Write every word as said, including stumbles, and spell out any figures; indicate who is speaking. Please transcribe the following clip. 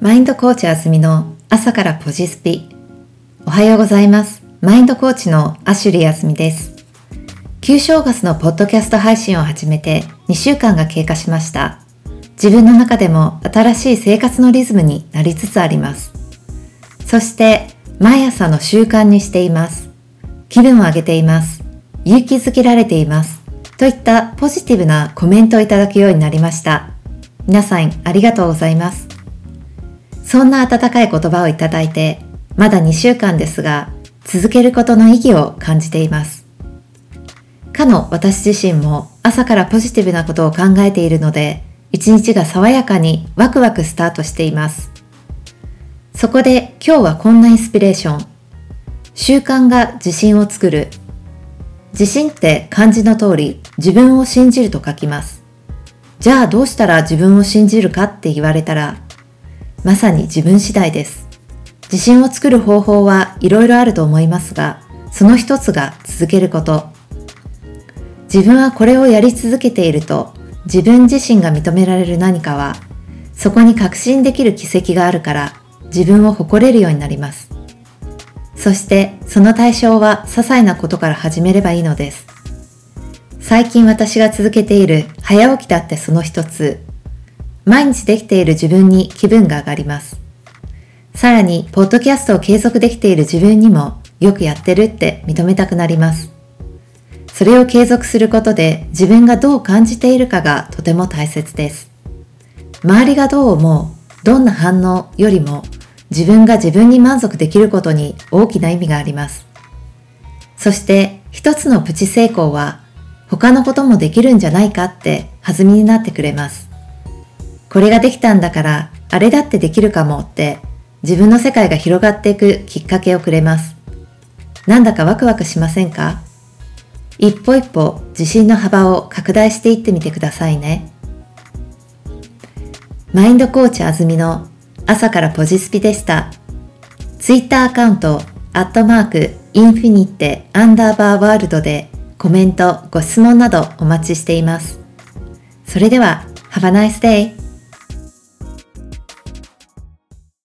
Speaker 1: マインドコーチあずみの朝からポジスピ。おはようございます。マインドコーチのアシュリーあずみです。旧正月のポッドキャスト配信を始めてにしゅうかんが経過しました。自分の中でも新しい生活のリズムになりつつあります。そして毎朝の習慣にしています。気分を上げています。勇気づけられています。といったポジティブなコメントをいただくようになりました。皆さんありがとうございます。そんな温かい言葉をいただいて、まだにしゅうかんですが、続けることの意義を感じています。かの私自身も朝からポジティブなことを考えているので、一日が爽やかにワクワクスタートしています。そこで今日はこんなインスピレーション。習慣が自信を作る。自信って漢字の通り、自分を信じると書きます。じゃあどうしたら自分を信じるかって言われたら、まさに自分次第です。自信を作る方法はいろいろあると思いますが、その一つが続けること。自分はこれをやり続けていると、自分自身が認められる何かは、そこに確信できる軌跡があるから、自分を誇れるようになります。そしてその対象は些細なことから始めればいいのです。最近私が続けている早起きだってその一つ。毎日できている自分に気分が上がります。さらにポッドキャストを継続できている自分にもよくやってるって認めたくなります。それを継続することで自分がどう感じているかがとても大切です。周りがどう思う、どんな反応よりも自分が自分に満足できることに大きな意味があります。そして一つのプチ成功は他のこともできるんじゃないかって弾みになってくれます。これができたんだからあれだってできるかもって自分の世界が広がっていくきっかけをくれます。なんだかワクワクしませんか？一歩一歩自信の幅を拡大していってみてくださいね。マインドコーチあずみの朝からポジスピでした。ツイッターアカウント、アットマーク、インフィニッテ、アンダーバーワールドでコメント、ご質問などお待ちしています。それでは、Have a nice day!